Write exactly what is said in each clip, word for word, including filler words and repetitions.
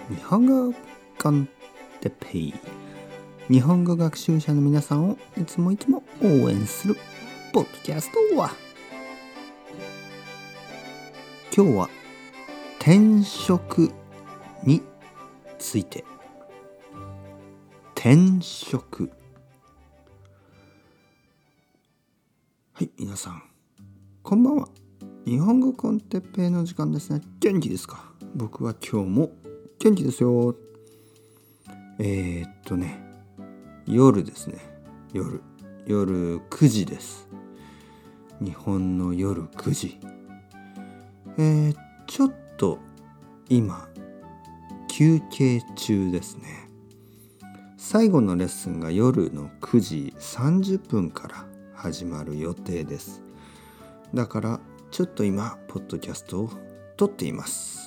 日本語コンテペイ、日本語学習者の皆さんをいつもいつも応援するポッドキャストは、今日は転職について。転職。はい、皆さんこんばんは。日本語コンテッペイの時間ですね。元気ですか？僕は今日も元気ですよ。えー、っとね夜ですね。夜夜くじです。日本の夜くじ。えー、ちょっと今休憩中ですね。最後のレッスンが夜のくじさんじゅっぷんから始まる予定です。だからちょっと今ポッドキャストを撮っています。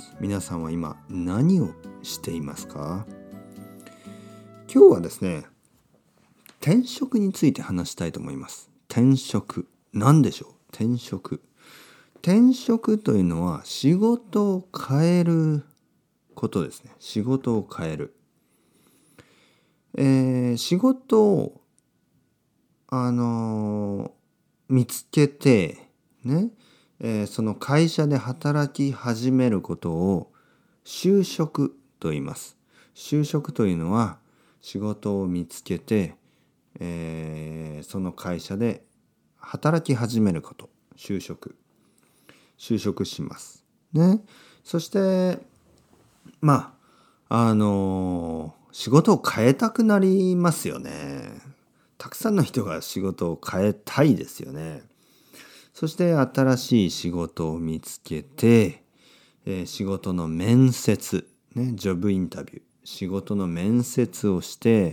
皆さんは今何をしていますか？今日はですね、転職について話したいと思います。転職、何でしょう？転職。転職というのは仕事を変えることですね。仕事を変える。えー、仕事をあのー、見つけてね、えー、その会社で働き始めることを就職と言います。就職というのは仕事を見つけて、えー、その会社で働き始めること、就職。就職しますね。そしてまああのー、仕事を変えたくなりますよね。たくさんの人が仕事を変えたいですよね。そして新しい仕事を見つけて、えー、仕事の面接、ね、ジョブインタビュー、仕事の面接をして、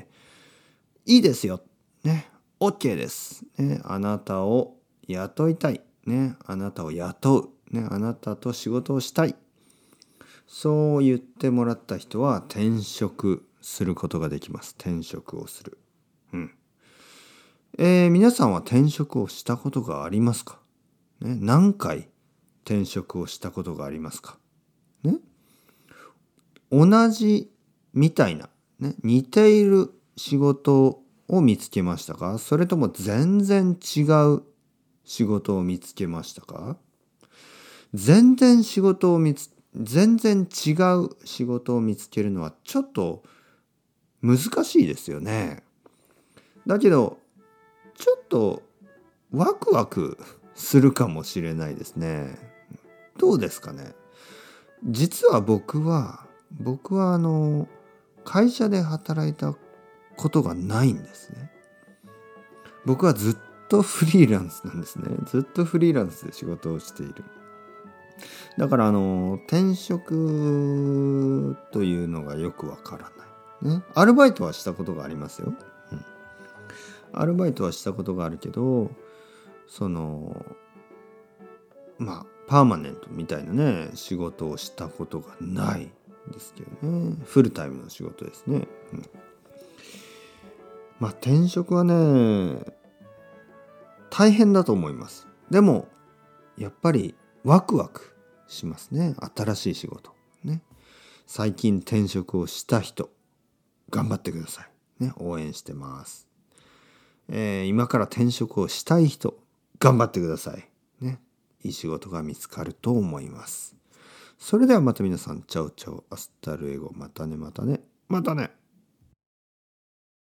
いいですよ、ね、OK です、ね、あなたを雇いたい、ね、あなたを雇う、ね、あなたと仕事をしたい。そう言ってもらった人は転職することができます。転職をする。うん。えー、皆さんは転職をしたことがありますか？ね、何回転職をしたことがありますか？ね、同じみたいな、ね、似ている仕事を見つけましたか？それとも全然違う仕事を見つけましたか？全然仕事を見つ全然違う仕事を見つけるのはちょっと難しいですよね。だけどちょっとワクワクするかもしれないですね。どうですかね。実は僕は僕はあの会社で働いたことがないんですね。僕はずっとフリーランスなんですね。ずっとフリーランスで仕事をしている。だからあの転職というのがよくわからない、ね。アルバイトはしたことがありますよ。うん、アルバイトはしたことがあるけど、そのまあパーマネントみたいなね仕事をしたことがないですけどね。フルタイムの仕事ですね。うん、まあ転職はね大変だと思います。でもやっぱりワクワクしますね。新しい仕事ね。最近転職をした人頑張ってくださいね。応援してます。えー、今から転職をしたい人頑張ってくださいね。いい仕事が見つかると思います。それではまた皆さん、チャオチャオ、アスタルエゴ、またねまたねまたね。